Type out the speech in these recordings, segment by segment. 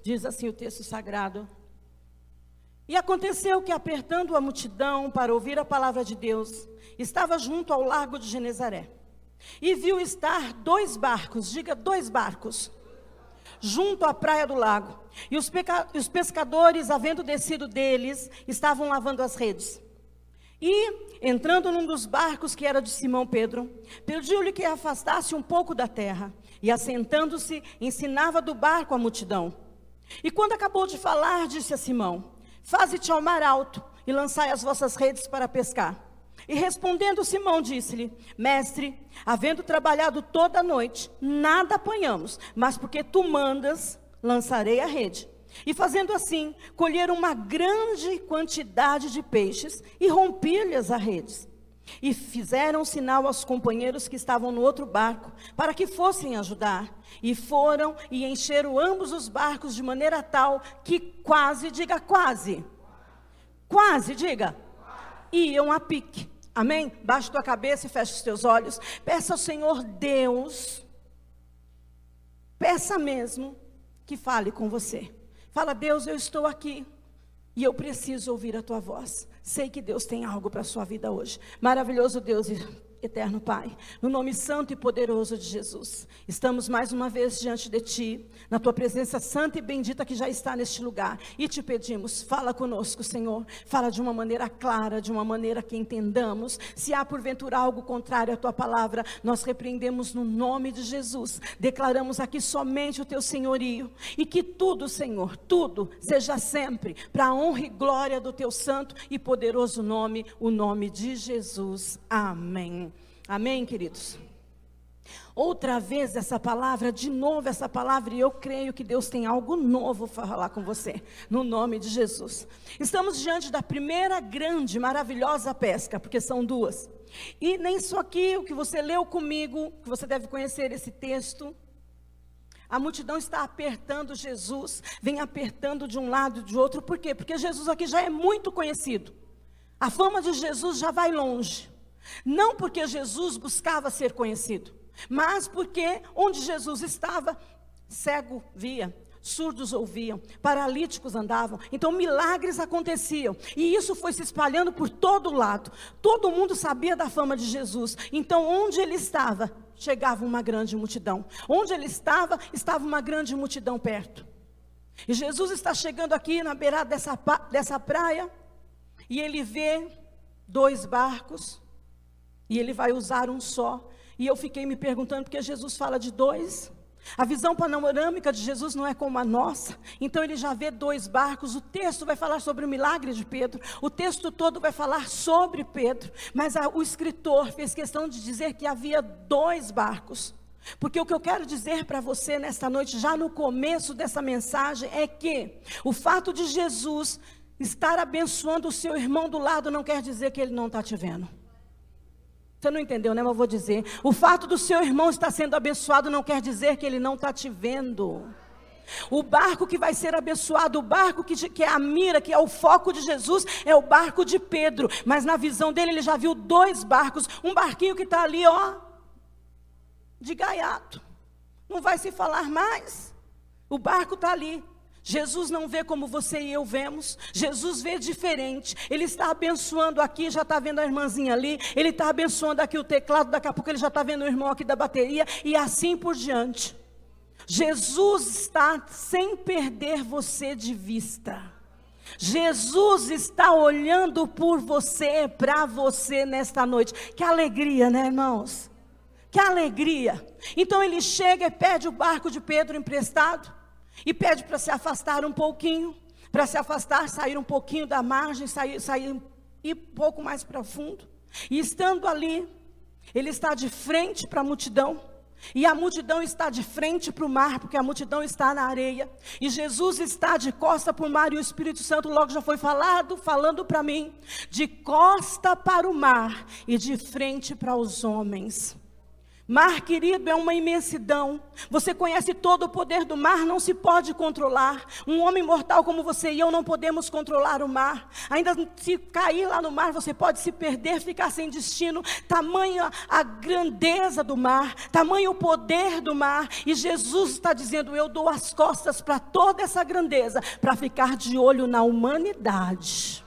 Diz assim o texto sagrado: e aconteceu que, apertando a multidão para ouvir a palavra de Deus, estava junto ao largo de Genezaré, e viu estar 2 barcos, diga 2 barcos, junto à praia do lago, e os pescadores, havendo descido deles, estavam lavando as redes. E, entrando num dos barcos, que era de Simão Pedro, pediu-lhe que afastasse um pouco da terra, e assentando-se, ensinava do barco a multidão. E quando acabou de falar, disse a Simão: faze-te ao mar alto, e lançai as vossas redes para pescar. E respondendo Simão, disse-lhe: mestre, havendo trabalhado toda a noite, nada apanhamos, mas porque tu mandas, lançarei a rede. E fazendo assim, colheram uma grande quantidade de peixes, e rompiam-lhes as redes. E fizeram sinal aos companheiros que estavam no outro barco, para que fossem ajudar. E foram e encheram ambos os barcos de maneira tal que quase, diga quase, diga, iam a pique. Amém? Baixa tua cabeça e fecha os teus olhos. Peça ao Senhor Deus, peça mesmo que fale com você. Fala: Deus, eu estou aqui e eu preciso ouvir a tua voz. Sei que Deus tem algo para a sua vida hoje. Maravilhoso Deus e eterno Pai, no nome santo e poderoso de Jesus, estamos mais uma vez diante de Ti, na Tua presença santa e bendita que já está neste lugar, e Te pedimos: fala conosco, Senhor, fala de uma maneira clara, de uma maneira que entendamos. Se há porventura algo contrário à Tua palavra, nós repreendemos no nome de Jesus, declaramos aqui somente o Teu senhorio, e que tudo, Senhor, tudo seja sempre para a honra e glória do Teu santo e poderoso nome, o nome de Jesus. Amém. Amém, queridos? Outra vez essa palavra, de novo essa palavra, e eu creio que Deus tem algo novo para falar com você, no nome de Jesus. Estamos diante da primeira grande, maravilhosa pesca, porque são 2. E nem só aqui, o que você leu comigo, que você deve conhecer esse texto. A multidão está apertando Jesus, vem apertando de um lado e de outro. Por quê? Porque Jesus aqui já é muito conhecido. A fama de Jesus já vai longe. Não porque Jesus buscava ser conhecido, mas porque onde Jesus estava, cego via, surdos ouviam, paralíticos andavam. Então milagres aconteciam, e isso foi se espalhando por todo lado. Todo mundo sabia da fama de Jesus. Então onde ele estava, chegava uma grande multidão. Onde ele estava, estava uma grande multidão perto. E Jesus está chegando aqui na beirada dessa praia, e ele vê 2 barcos, e ele vai usar um só. E eu fiquei me perguntando, porque Jesus fala de 2. A visão panorâmica de Jesus não é como a nossa. Então ele já vê 2 barcos. O texto vai falar sobre o milagre de Pedro. O texto todo vai falar sobre Pedro. Mas o escritor fez questão de dizer que havia 2 barcos. Porque o que eu quero dizer para você nesta noite, já no começo dessa mensagem, é que o fato de Jesus estar abençoando o seu irmão do lado não quer dizer que ele não está te vendo. Você não entendeu, né? Mas eu vou dizer. O fato do seu irmão estar sendo abençoado não quer dizer que ele não está te vendo. O barco que vai ser abençoado, o barco que é a mira, que é o foco de Jesus, é o barco de Pedro. Mas na visão dele, ele já viu 2 barcos. Um barquinho que está ali, ó, de gaiato. Não vai se falar mais. O barco está ali. Jesus não vê como você e eu vemos. Jesus vê diferente. Ele está abençoando aqui, já está vendo a irmãzinha ali. Ele está abençoando aqui o teclado, daqui a pouco ele já está vendo o irmão aqui da bateria. E assim por diante. Jesus está sem perder você de vista. Jesus está olhando por você, para você nesta noite. Que alegria, né, irmãos? Que alegria. Então ele chega e pede o barco de Pedro emprestado. E pede para se afastar um pouquinho, para se afastar, sair um pouquinho da margem, sair e um pouco mais para fundo. E estando ali, ele está de frente para a multidão, e a multidão está de frente para o mar, porque a multidão está na areia. E Jesus está de costa para o mar, e o Espírito Santo logo já foi falando para mim, de costa para o mar e de frente para os homens. Mar, querido, é uma imensidão. Você conhece todo o poder do mar, não se pode controlar. Um homem mortal como você e eu não podemos controlar o mar. Ainda se cair lá no mar, você pode se perder, ficar sem destino. Tamanha a grandeza do mar, tamanho o poder do mar. E Jesus está dizendo, eu dou as costas para toda essa grandeza, para ficar de olho na humanidade.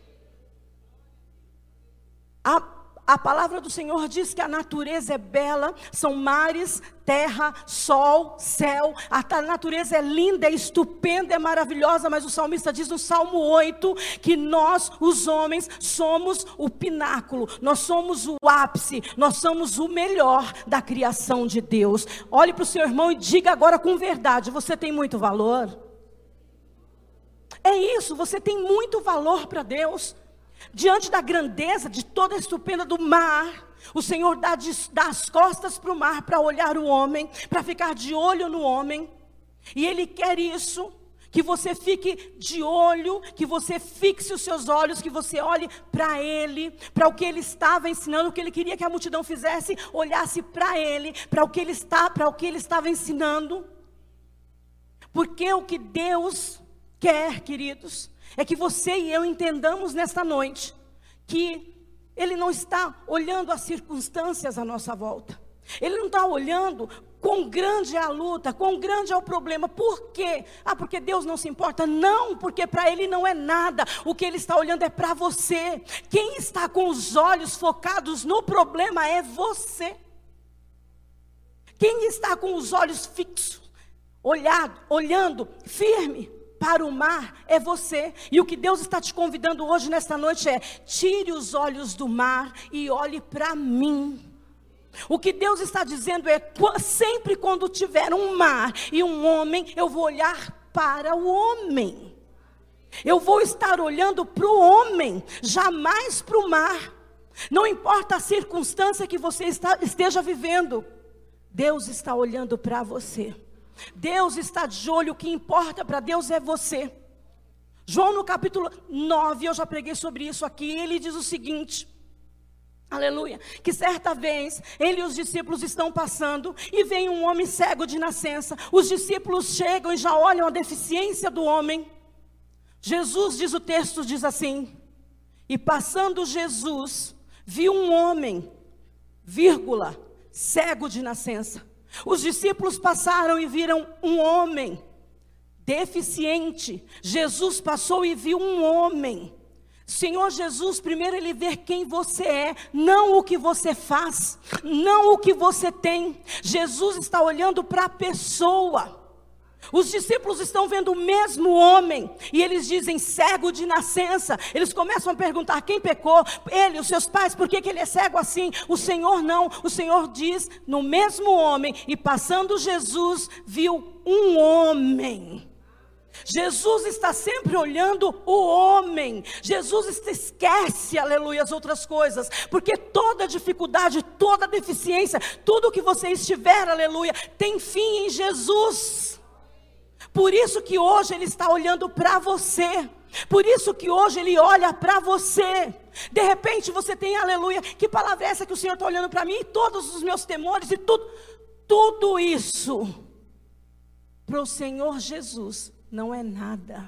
A palavra do Senhor diz que a natureza é bela, são mares, terra, sol, céu. A natureza é linda, é estupenda, é maravilhosa, mas o salmista diz no Salmo 8 que nós, os homens, somos o pináculo, nós somos o ápice, nós somos o melhor da criação de Deus. Olhe para o seu irmão e diga agora com verdade, você tem muito valor? É isso, você tem muito valor para Deus. Diante da grandeza, de toda a estupenda do mar, o Senhor dá as costas para o mar, para olhar o homem, para ficar de olho no homem. E Ele quer isso, que você fique de olho, que você fixe os seus olhos, que você olhe para Ele, para o que Ele estava ensinando, o que Ele queria que a multidão fizesse, olhasse para Ele, para o que Ele estava ensinando. Porque o que Deus quer, queridos, é que você e eu entendamos nesta noite que Ele não está olhando as circunstâncias à nossa volta. Ele não está olhando quão grande é a luta, quão grande é o problema. Por quê? Porque Deus não se importa? Não, porque para Ele não é nada. O que Ele está olhando é para você. Quem está com os olhos focados no problema é você. Quem está com os olhos fixos, olhando firme para o mar é você. E o que Deus está te convidando hoje nesta noite é: tire os olhos do mar e olhe para mim. O que Deus está dizendo é: sempre quando tiver um mar e um homem, eu vou olhar para o homem. Eu vou estar olhando para o homem, jamais para o mar. Não importa a circunstância que você esteja vivendo, Deus está olhando para você. Deus está de olho, o que importa para Deus é você. João no capítulo 9, eu já preguei sobre isso aqui, ele diz o seguinte, aleluia, que certa vez ele e os discípulos estão passando e vem um homem cego de nascença. Os discípulos chegam e já olham a deficiência do homem. Jesus, diz o texto, diz assim: e passando Jesus, viu um homem, cego de nascença. Os discípulos passaram e viram um homem deficiente. Jesus passou e viu um homem. Senhor Jesus, primeiro Ele vê quem você é, não o que você faz, não o que você tem. Jesus está olhando para a pessoa. Os discípulos estão vendo o mesmo homem e eles dizem cego de nascença. Eles começam a perguntar quem pecou, ele, os seus pais, por que ele é cego assim? O Senhor não, o Senhor diz no mesmo homem, e passando Jesus viu um homem. Jesus está sempre olhando o homem. Jesus esquece, aleluia, as outras coisas, porque toda dificuldade, toda deficiência, tudo que você estiver, aleluia, tem fim em Jesus. Por isso que hoje Ele está olhando para você. Por isso que hoje Ele olha para você. De repente você tem, aleluia, que palavra é essa que o Senhor está olhando para mim? E todos os meus temores e tudo isso para o Senhor Jesus não é nada.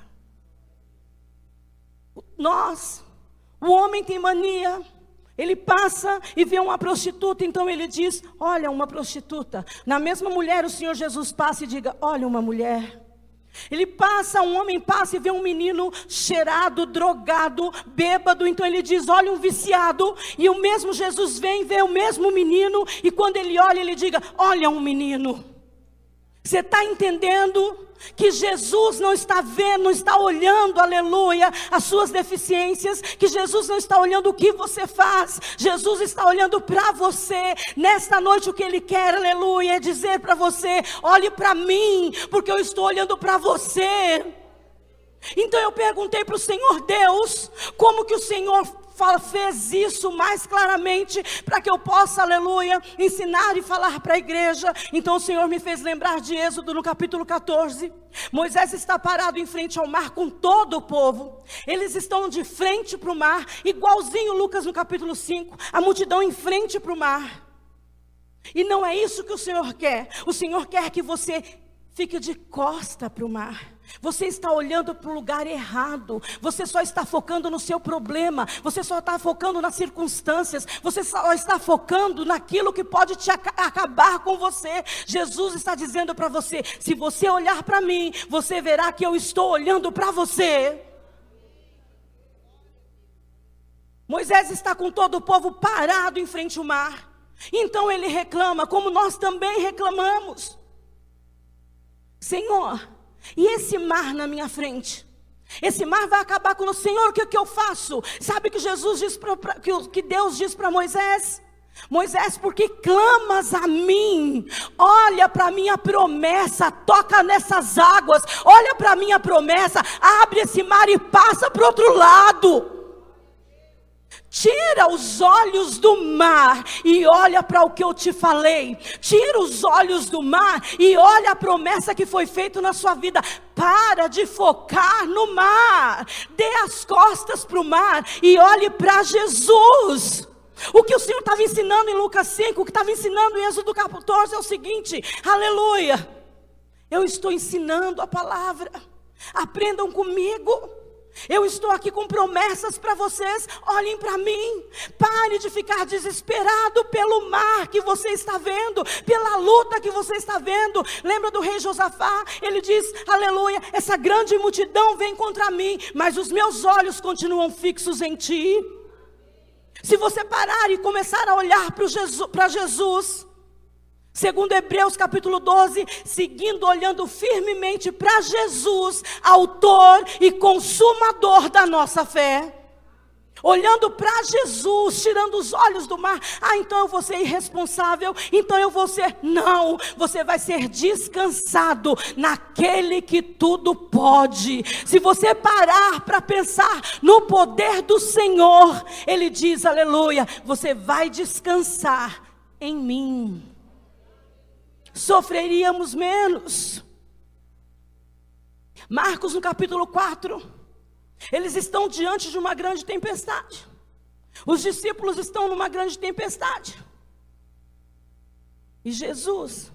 O homem tem mania. Ele passa e vê uma prostituta, então ele diz: olha, uma prostituta. Na mesma mulher o Senhor Jesus passa e diga: olha, uma mulher. Ele passa, um homem passa e vê um menino cheirado, drogado, bêbado, então ele diz: olha, um viciado. E o mesmo Jesus vem, vê o mesmo menino, e quando ele olha, ele diga: olha, um menino. Você está entendendo que Jesus não está vendo, não está olhando, aleluia, as suas deficiências, que Jesus não está olhando o que você faz, Jesus está olhando para você. Nesta noite o que Ele quer, aleluia, é dizer para você: olhe para mim, porque eu estou olhando para você. Então eu perguntei para o Senhor Deus, como que o Senhor fez isso mais claramente, para que eu possa, aleluia, ensinar e falar para a igreja. Então o Senhor me fez lembrar de Êxodo no capítulo 14, Moisés está parado em frente ao mar com todo o povo, eles estão de frente para o mar, igualzinho Lucas no capítulo 5, a multidão em frente para o mar. E não é isso que o Senhor quer. O Senhor quer que você fique de costa para o mar. Você está olhando para o lugar errado. Você só está focando no seu problema. Você só está focando nas circunstâncias. Você só está focando naquilo que pode te acabar com você. Jesus está dizendo para você: se você olhar para mim, você verá que eu estou olhando para você. Moisés está com todo o povo parado em frente ao mar. Então ele reclama, como nós também reclamamos: Senhor, e esse mar na minha frente? Esse mar vai acabar com o Senhor, o que eu faço? Sabe que que Deus diz para Moisés? Moisés, porque clamas a mim? Olha para a minha promessa, toca nessas águas, olha para a minha promessa, abre esse mar e passa para o outro lado. Tira os olhos do mar e olha para o que eu te falei. Tira os olhos do mar e olha a promessa que foi feita na sua vida. Para de focar no mar. Dê as costas para o mar e olhe para Jesus. O que o Senhor estava ensinando em Lucas 5, o que estava ensinando em Êxodo 14 é o seguinte: aleluia, eu estou ensinando a palavra, aprendam comigo. Eu estou aqui com promessas para vocês, olhem para mim. Pare de ficar desesperado pelo mar que você está vendo, pela luta que você está vendo. Lembra do rei Josafá? Ele diz, aleluia, essa grande multidão vem contra mim, mas os meus olhos continuam fixos em ti. Se você parar e começar a olhar para Jesus, segundo Hebreus capítulo 12, seguindo olhando firmemente para Jesus, autor e consumador da nossa fé. Olhando para Jesus, tirando os olhos do mar. Então eu vou ser irresponsável, então eu vou ser... Não, você vai ser descansado naquele que tudo pode. Se você parar para pensar no poder do Senhor, Ele diz, aleluia, você vai descansar em mim. Sofreríamos menos. Marcos no capítulo 4, eles estão diante de uma grande tempestade. Os discípulos estão numa grande tempestade. E Jesus,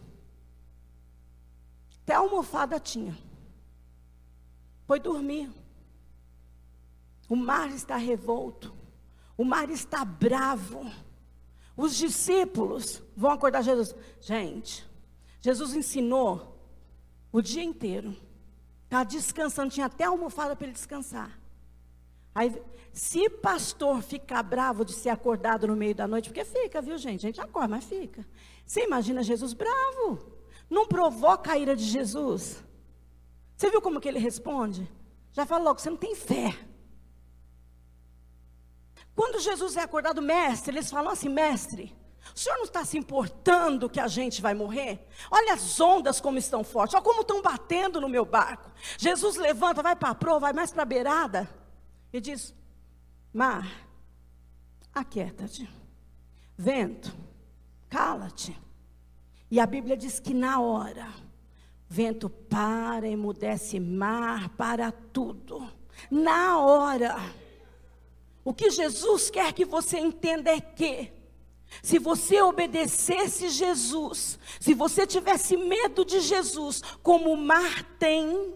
até a almofada tinha, foi dormir. O mar está revolto, o mar está bravo. Os discípulos vão acordar Jesus. Gente, Jesus ensinou o dia inteiro, está descansando, tinha até almofada para ele descansar. Aí, se pastor ficar bravo de ser acordado no meio da noite, porque fica, viu gente? A gente acorda, mas fica. Você imagina Jesus bravo? Não provoca a ira de Jesus? Você viu como que ele responde? Já fala logo, você não tem fé. Quando Jesus é acordado, mestre, eles falam assim, mestre, o senhor não está se importando que a gente vai morrer? Olha as ondas como estão fortes, olha como estão batendo no meu barco. Jesus levanta, vai para a proa, vai mais para a beirada e diz, mar, aquieta-te. Vento, cala-te. E a Bíblia diz que na hora, vento para, emudece mar, para tudo. Na hora. O que Jesus quer que você entenda é que, se você obedecesse Jesus, se você tivesse medo de Jesus, como o mar tem,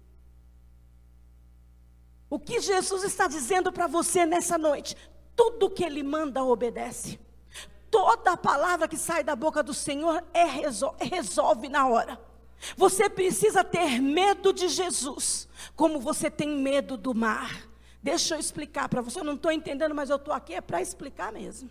o que Jesus está dizendo para você nessa noite? Tudo que Ele manda, obedece. Toda a palavra que sai da boca do Senhor resolve na hora. Você precisa ter medo de Jesus, como você tem medo do mar. Deixa eu explicar para você, eu não estou entendendo, mas eu estou aqui para explicar mesmo.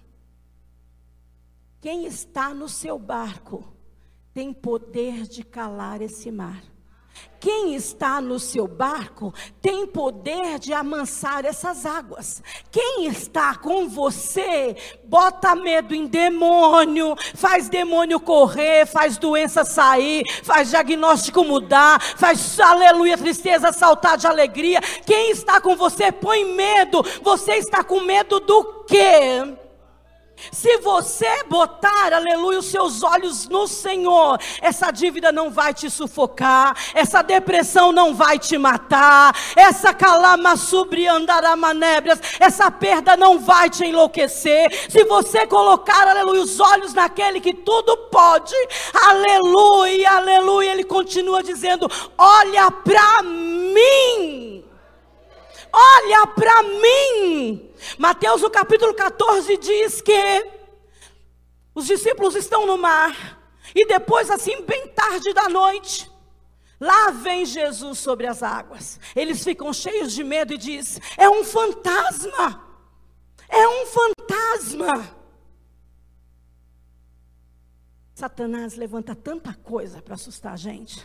Quem está no seu barco tem poder de calar esse mar. Quem está no seu barco tem poder de amansar essas águas. Quem está com você bota medo em demônio, faz demônio correr, faz doença sair, faz diagnóstico mudar, faz aleluia, tristeza saltar de alegria. Quem está com você põe medo. Você está com medo do quê? Se você botar, aleluia, os seus olhos no Senhor, essa dívida não vai te sufocar, essa depressão não vai te matar, essa calama subriandaramanebras, essa perda não vai te enlouquecer. Se você colocar, aleluia, os olhos naquele que tudo pode, aleluia, aleluia, ele continua dizendo: olha para mim, olha para mim. Mateus no capítulo 14 diz que os discípulos estão no mar, e depois, assim, bem tarde da noite, lá vem Jesus sobre as águas. Eles ficam cheios de medo e diz: é um fantasma, é um fantasma. Satanás levanta tanta coisa para assustar a gente.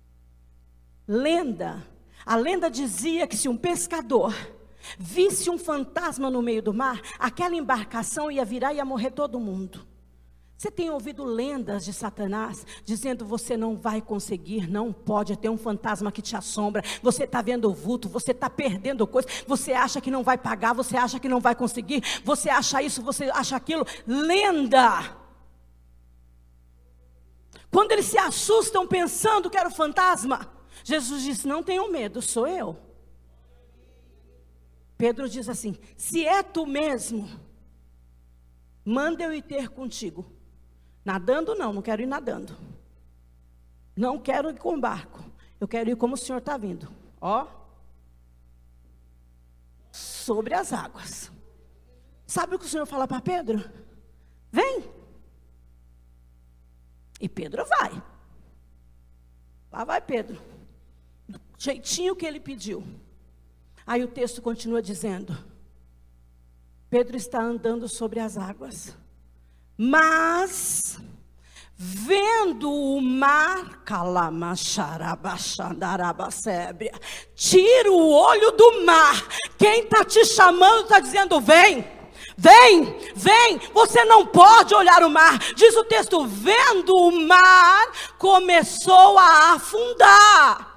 A lenda dizia que se um pescador visse um fantasma no meio do mar, aquela embarcação ia virar e ia morrer todo mundo. Você tem ouvido lendas de Satanás dizendo: você não vai conseguir, não pode, ter um fantasma que te assombra, você está vendo o vulto, você está perdendo coisa, você acha que não vai pagar, você acha que não vai conseguir, você acha isso, você acha aquilo. Lenda. Quando eles se assustam pensando que era o fantasma, Jesus disse: não tenham medo, sou eu. Pedro diz assim: se é tu mesmo, manda eu ir ter contigo. Nadando não quero ir nadando. Não quero ir com barco. Eu quero ir como o Senhor está vindo. Ó, sobre as águas. Sabe o que o Senhor fala para Pedro? Vem. E Pedro vai. Lá vai Pedro. Do jeitinho que ele pediu. Aí o texto continua dizendo: Pedro está andando sobre as águas, mas vendo o mar, tira o olho do mar. Quem está te chamando está dizendo: vem, vem, vem. Você não pode olhar o mar. Diz o texto: vendo o mar, começou a afundar.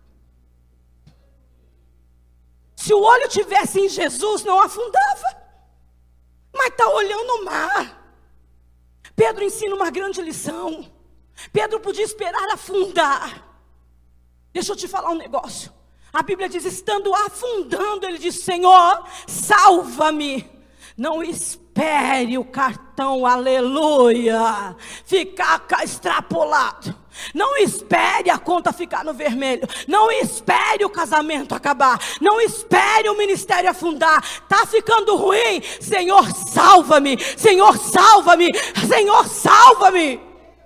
Se o olho tivesse em Jesus, não afundava. Mas está olhando o mar. Pedro ensina uma grande lição. Pedro podia esperar afundar. Deixa eu te falar um negócio. A Bíblia diz: estando afundando, ele diz: Senhor, salva-me. Não espere o cartão, aleluia, ficar extrapolado. Não espere a conta ficar no vermelho. Não espere o casamento acabar. Não espere o ministério afundar. Está ficando ruim. Senhor, salva-me. Senhor, salva-me. Senhor, salva-me.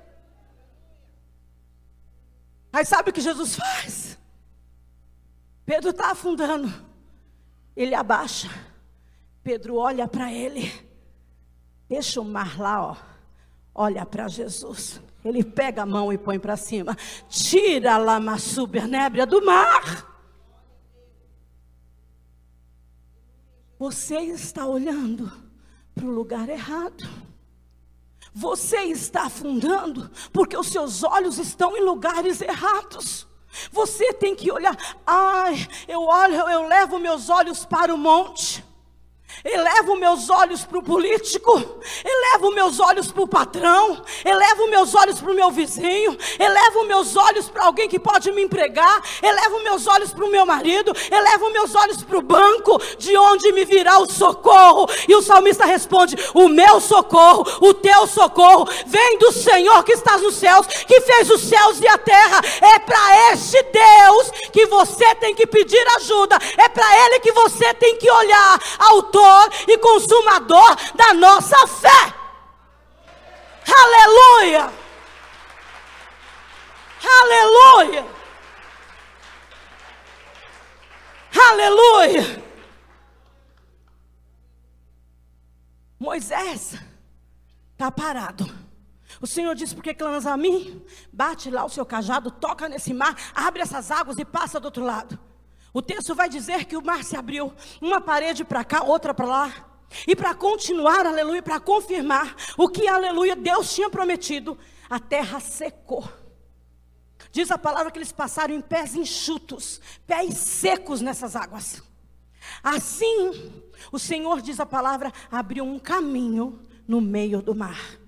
Aí sabe o que Jesus faz? Pedro está afundando. Ele abaixa. Pedro olha para ele. Deixa o mar lá, ó. Olha para Jesus. Ele pega a mão e põe para cima. Tira a lama subernébria do mar. Você está olhando para o lugar errado. Você está afundando porque os seus olhos estão em lugares errados. Você tem que olhar. Ai, eu levo meus olhos para o monte. Elevo meus olhos para o político, elevo meus olhos para o patrão, elevo meus olhos para o meu vizinho, elevo meus olhos para alguém que pode me empregar, elevo meus olhos para o meu marido, elevo meus olhos para o banco, de onde me virá o socorro. E o salmista responde: o meu socorro, o teu socorro, vem do Senhor que está nos céus, que fez os céus e a terra. É para este Deus que você tem que pedir ajuda, é para Ele que você tem que olhar, autor e consumador da nossa fé. Aleluia, aleluia, aleluia. Moisés está parado. O Senhor disse: por que clamas a mim? Bate lá o seu cajado, toca nesse mar, abre essas águas e passa do outro lado. O texto vai dizer que o mar se abriu, uma parede para cá, outra para lá. E para continuar, aleluia, para confirmar o que, aleluia, Deus tinha prometido, a terra secou. Diz a palavra que eles passaram em pés enxutos, pés secos nessas águas. Assim, o Senhor, diz a palavra, abriu um caminho no meio do mar.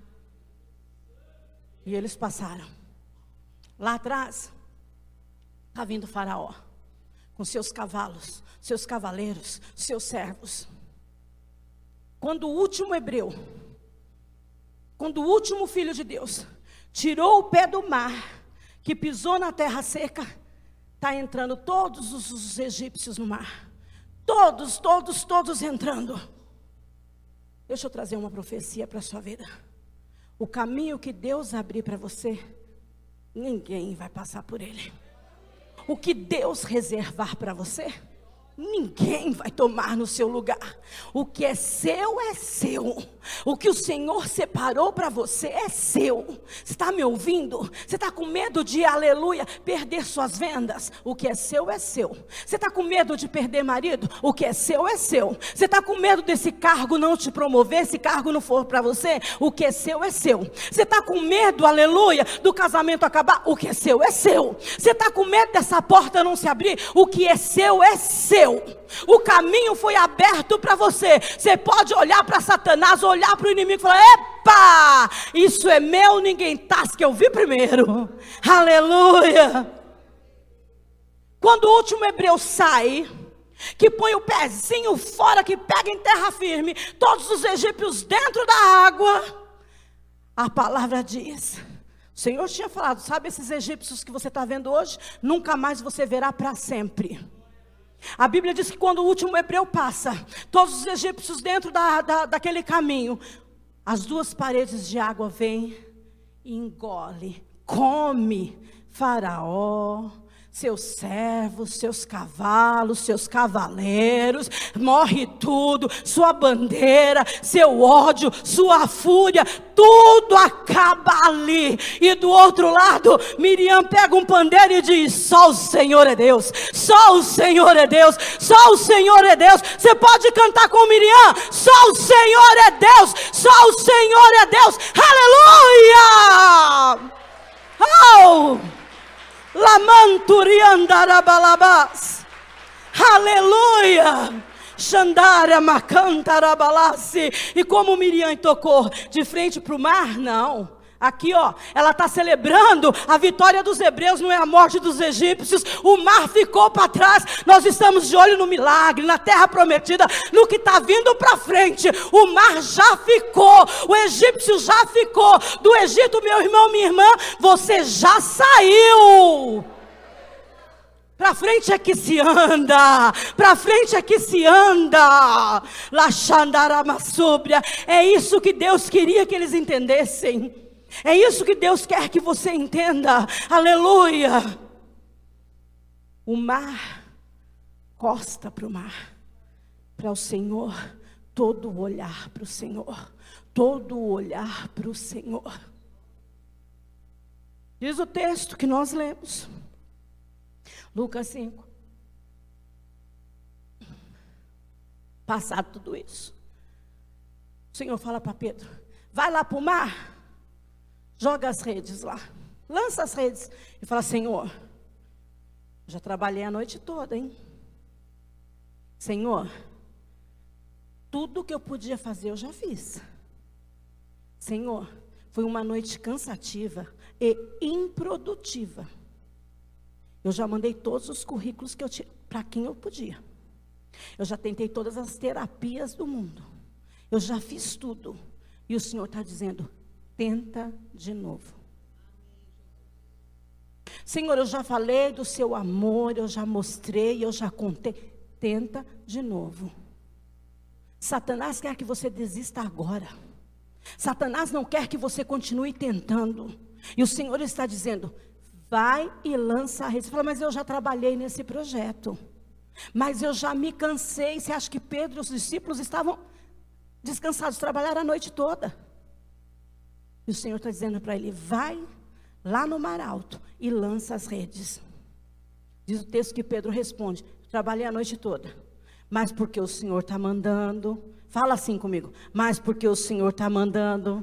E eles passaram. Lá atrás, está vindo o Faraó, com seus cavalos, seus cavaleiros, seus servos. Quando o último hebreu, quando o último filho de Deus tirou o pé do mar, que pisou na terra seca, está entrando todos os egípcios no mar. Todos entrando. Deixa eu trazer uma profecia para a sua vida. O caminho que Deus abrir para você, ninguém vai passar por ele. O que Deus reservar para você, ninguém vai tomar no seu lugar. O que é seu é seu. O que o Senhor separou para você é seu. Você está me ouvindo? Você está com medo de, aleluia, perder suas vendas? O que é seu é seu. Você está com medo de perder marido? O que é seu é seu. Você está com medo desse cargo não te promover, esse cargo não for para você? O que é seu é seu. Você está com medo, aleluia, do casamento acabar? O que é seu é seu. Você está com medo dessa porta não se abrir? O que é seu é seu. O caminho foi aberto para você. Você pode olhar para Satanás, olhar para o inimigo e falar: epa, isso é meu, ninguém tasca, eu vi primeiro. Aleluia. Quando o último hebreu sai, que põe o pezinho fora, que pega em terra firme, todos os egípcios dentro da água, a palavra diz, o Senhor tinha falado: sabe esses egípcios que você está vendo hoje? Nunca mais você verá para sempre. A Bíblia diz que quando o último hebreu passa, todos os egípcios dentro daquele caminho, as duas paredes de água vêm e engole, come Faraó, seus servos, seus cavalos, seus cavaleiros, morre tudo, sua bandeira, seu ódio, sua fúria, tudo acaba ali. E do outro lado, Miriam pega um pandeiro e diz: só o Senhor é Deus, só o Senhor é Deus, só o Senhor é Deus. Você pode cantar com Miriam: só o Senhor é Deus, só o Senhor é Deus, aleluia. Oh! Lamanturiandarabalabas, aleluia, Xandara Macantarabalasi. E como Miriam tocou de frente para o mar, não. Aqui ó, ela está celebrando a vitória dos hebreus, não é a morte dos egípcios. O mar ficou para trás. Nós estamos de olho no milagre, na terra prometida, no que está vindo para frente. O mar já ficou, o egípcio já ficou. Do Egito, meu irmão, minha irmã, você já saiu. Para frente é que se anda, para frente é que se anda. Laxandaramassúbria. É isso que Deus queria que eles entendessem. É isso que Deus quer que você entenda, aleluia. O mar, costa para o mar, para o Senhor, todo olhar para o Senhor, todo olhar para o Senhor. Diz o texto que nós lemos, Lucas 5. Passado tudo isso, o Senhor fala para Pedro: vai lá para o mar, joga as redes lá, lança as redes e fala: Senhor, já trabalhei a noite toda, hein? Senhor, tudo que eu podia fazer eu já fiz. Senhor, foi uma noite cansativa e improdutiva. Eu já mandei todos os currículos que eu tinha, para quem eu podia. Eu já tentei todas as terapias do mundo. Eu já fiz tudo. E o Senhor está dizendo: tenta de novo. Senhor, eu já falei do seu amor, eu já mostrei, eu já contei. Tenta de novo. Satanás quer que você desista agora. Satanás não quer que você continue tentando. E o Senhor está dizendo: vai e lança a rede. Você fala: mas eu já trabalhei nesse projeto, mas eu já me cansei. Você acha que Pedro e os discípulos estavam descansados? Trabalharam a noite toda. E o Senhor está dizendo para ele: vai lá no mar alto e lança as redes. Diz o texto que Pedro responde: trabalhei a noite toda, mas porque o Senhor está mandando. Fala assim comigo: mas porque o Senhor está mandando.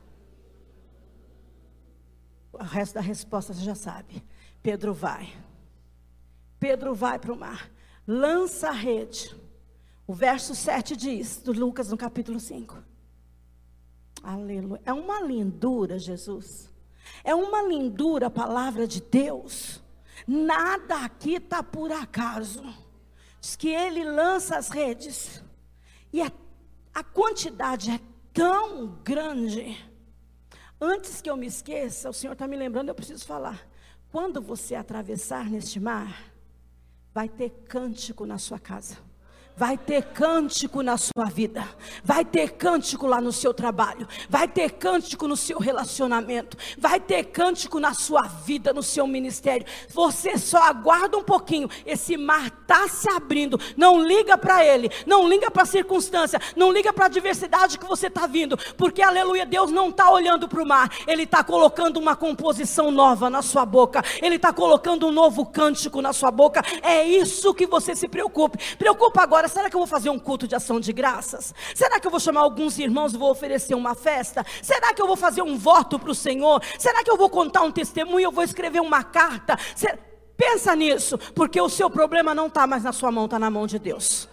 O resto da resposta você já sabe. Pedro vai para o mar, lança a rede. O verso 7 diz, do Lucas no capítulo 5: Aleluia. É uma lindura, Jesus. É uma lindura a palavra de Deus. Nada aqui está por acaso. Diz que Ele lança as redes. E a quantidade é tão grande. Antes que eu me esqueça, o Senhor está me lembrando, eu preciso falar. Quando você atravessar neste mar, vai ter cântico na sua casa. Vai ter cântico na sua vida. Vai ter cântico lá no seu trabalho. Vai ter cântico no seu relacionamento. Vai ter cântico na sua vida, no seu ministério. Você só aguarda um pouquinho. Esse mar está se abrindo. Não liga para ele. Não liga para a circunstância. Não liga para a adversidade que você está vindo. Porque, aleluia, Deus não está olhando para o mar. Ele está colocando uma composição nova na sua boca. Ele está colocando um novo cântico na sua boca. É isso que você se preocupe. Preocupa agora. Será que eu vou fazer um culto de ação de graças? Será que eu vou chamar alguns irmãos e vou oferecer uma festa? Será que eu vou fazer um voto para o Senhor? Será que eu vou contar um testemunho? Eu vou escrever uma carta? Pensa nisso, porque o seu problema não está mais na sua mão, está na mão de Deus.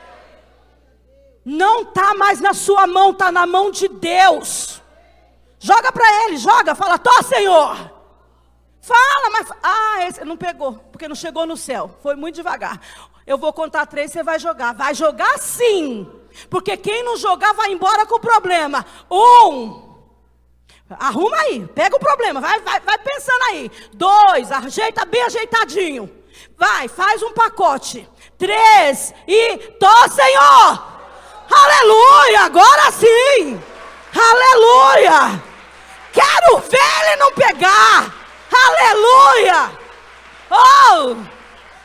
Não está mais na sua mão, está na mão de Deus. Joga para ele, joga, fala, tô, Senhor. Fala, mas... esse não pegou, porque não chegou no céu, foi muito devagar. Eu vou contar 3, você vai jogar. Vai jogar sim. Porque quem não jogar vai embora com o problema. 1. Arruma aí. Pega o problema. Vai pensando aí. 2. Ajeita bem ajeitadinho. Vai, faz um pacote. 3. E tô, Senhor. Aleluia. Agora sim. Aleluia. Quero ver ele não pegar. Aleluia. Oh.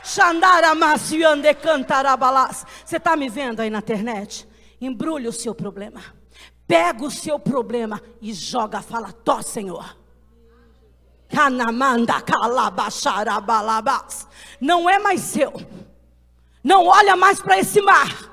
Você está me vendo aí na internet? Embrulha o seu problema. Pega o seu problema e joga, fala, tó, Senhor. Não é mais seu. Não olha mais para esse mar.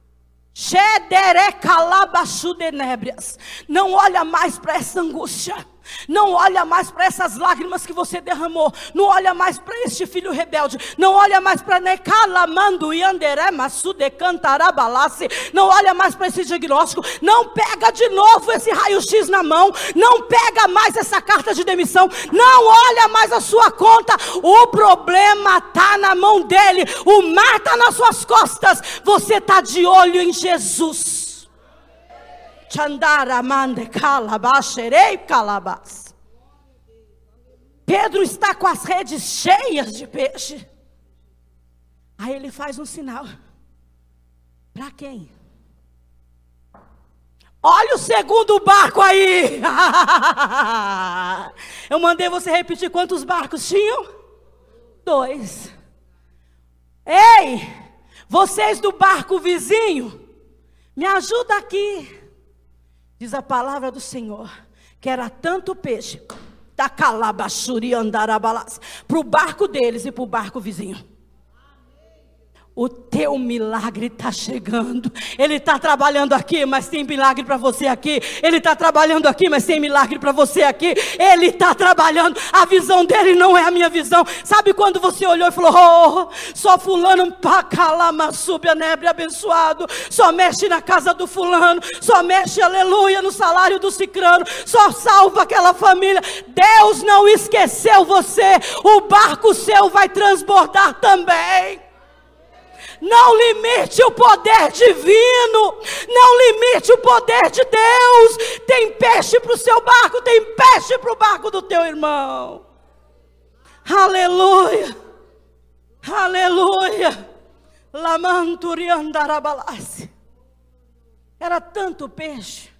Não olha mais para essa angústia. Não olha mais para essas lágrimas que você derramou. Não olha mais para este filho rebelde. Não olha mais para Necalamando e Anderé Massude Cantarabalassi. Não olha mais para esse diagnóstico. Não pega de novo esse raio-x na mão. Não pega mais essa carta de demissão. Não olha mais a sua conta. O problema está na mão dele. O mar está nas suas costas. Você está de olho em Jesus. Pedro está com as redes cheias de peixe. Aí ele faz um sinal. Para quem? Olha o segundo barco aí. Eu mandei você repetir quantos barcos tinham? 2. Ei, vocês do barco vizinho, me ajuda aqui. Diz a palavra do Senhor, que era tanto peixe, da calabachuri andarabalas, para o barco deles e para o barco vizinho. O teu milagre está chegando. Ele está trabalhando aqui, mas tem milagre para você aqui. Ele está trabalhando aqui, mas tem milagre para você aqui. Ele está trabalhando. A visão dele não é a minha visão. Sabe quando você olhou e falou, só fulano pacalama sube a nebre abençoado. Só mexe na casa do fulano. Só mexe, aleluia, no salário do cicrano. Só salva aquela família. Deus não esqueceu você. O barco seu vai transbordar também. Não limite o poder divino. Não limite o poder de Deus. Tem peixe para o seu barco. Tem peixe para o barco do teu irmão. Aleluia. Aleluia. Lamanturiandarabalase. Era tanto peixe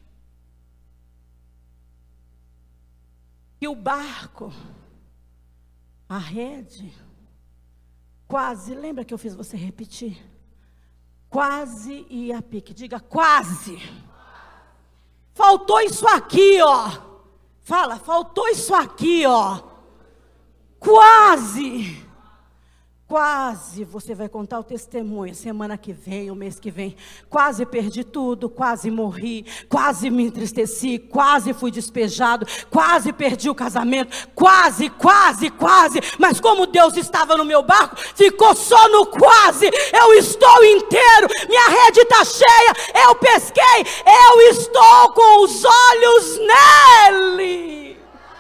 que o barco, a rede, quase, lembra que eu fiz você repetir? Quase ia a pique. Diga quase. Faltou isso aqui, ó. Fala, faltou isso aqui, ó. Quase. Quase, você vai contar o testemunho, semana que vem, o mês que vem. Quase perdi tudo, quase morri, quase me entristeci, quase fui despejado, quase perdi o casamento, quase. Mas como Deus estava no meu barco, ficou só no quase. Eu estou inteiro, minha rede está cheia, eu pesquei, eu estou com os olhos nele.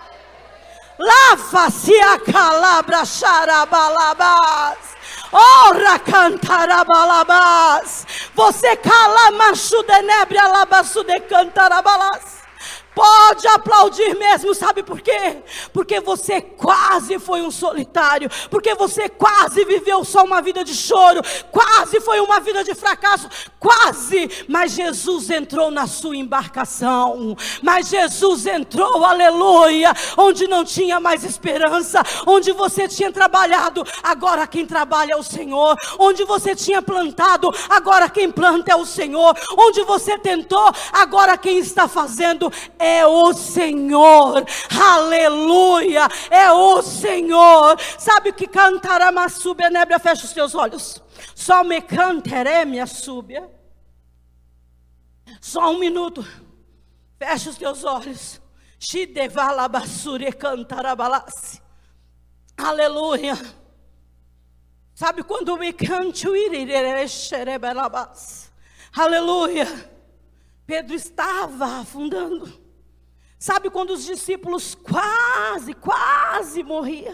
Lava-se a calabra xarabalabás. Ora cantarabalabás. Você calamachu de nebra labaçu de cantarabalás. Pode aplaudir mesmo, sabe por quê? Porque você quase foi um solitário, porque você quase viveu só uma vida de choro, quase foi uma vida de fracasso, quase, mas Jesus entrou na sua embarcação, mas Jesus entrou, aleluia, onde não tinha mais esperança, onde você tinha trabalhado, agora quem trabalha é o Senhor, onde você tinha plantado, agora quem planta é o Senhor, onde você tentou, agora quem está fazendo é o Senhor, aleluia, é o Senhor. Sabe o que cantará Massúbia Nébria? Fecha os teus olhos. Só me cantaré minha súbia. Só um minuto. Fecha os teus olhos. Shidevalabasure cantarabalase. Aleluia. Sabe quando me cante o irirerexerebelabas? Aleluia. Pedro estava afundando. Sabe quando os discípulos quase morriam?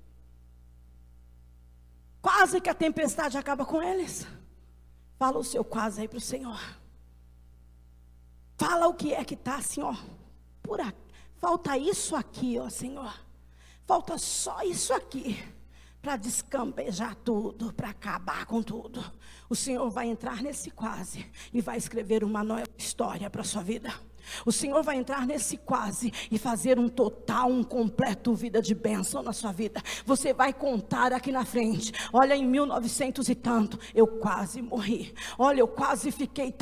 Quase que a tempestade acaba com eles. Fala o seu quase aí para o Senhor. Fala o que é que está assim, ó. Falta isso aqui, ó Senhor. Falta só isso aqui. Para descampejar tudo, para acabar com tudo. O Senhor vai entrar nesse quase e vai escrever uma nova história para a sua vida. O Senhor vai entrar nesse quase e fazer um total, um completo vida de bênção na sua vida. Você vai contar aqui na frente. Olha, em 1900 e tanto, eu quase morri. Olha, eu quase fiquei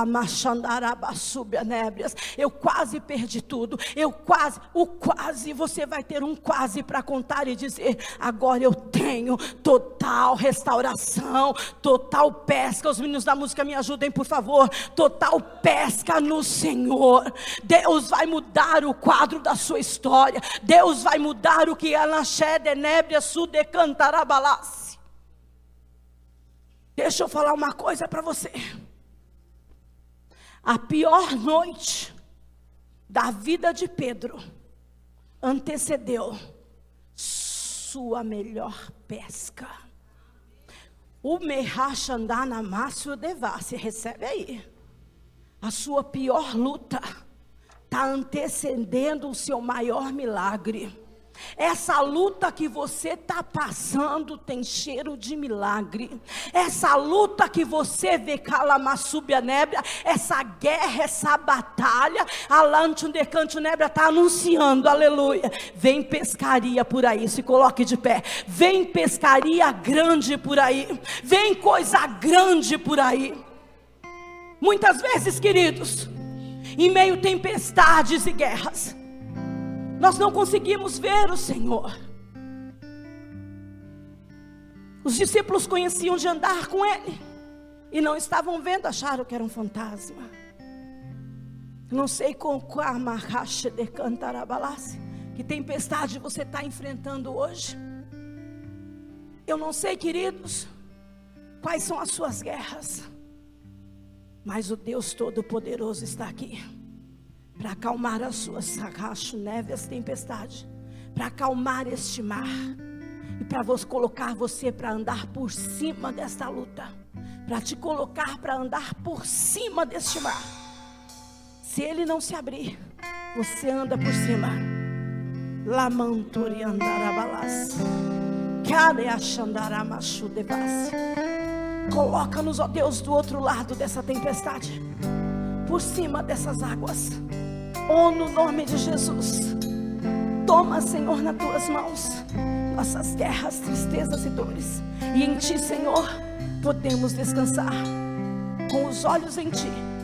nébrias. Eu quase perdi tudo. Você vai ter um quase para contar e dizer: agora eu tenho total restauração, total pesca. Os meninos da música me ajudem, por favor. Total pesca no Senhor. Deus vai mudar o quadro da sua história. Deus vai mudar o que Anaxé de Nébria Sude Cantarabalás. Deixa eu falar uma coisa para você. A pior noite da vida de Pedro antecedeu sua melhor pesca. O Merrachandana Márcio Devassi, recebe aí. A sua pior luta está antecedendo o seu maior milagre. Essa luta que você está passando tem cheiro de milagre. Essa luta que você vê, Calamassúbia Nébria, essa guerra, essa batalha, Alante Decante Nébria está anunciando, aleluia. Vem pescaria por aí, se coloque de pé. Vem pescaria grande por aí. Vem coisa grande por aí. Muitas vezes, queridos, em meio a tempestades e guerras, nós não conseguimos ver o Senhor. Os discípulos conheciam de andar com Ele e não estavam vendo, acharam que era um fantasma. Não sei com qual marracha de cantarabalás, que tempestade você está enfrentando hoje. Eu não sei, queridos, quais são as suas guerras. Mas o Deus Todo-Poderoso está aqui para acalmar as suas névias, tempestade, para acalmar este mar e para colocar você para andar por cima desta luta, para te colocar para andar por cima deste mar. Se ele não se abrir, você anda por cima. Lamanturi andarabalas, kade achandaramachu devas. Coloca-nos, ó Deus, do outro lado dessa tempestade, por cima dessas águas. Oh, no nome de Jesus. Toma, Senhor, nas tuas mãos nossas guerras, tristezas e dores. E em Ti, Senhor, podemos descansar. Com os olhos em Ti,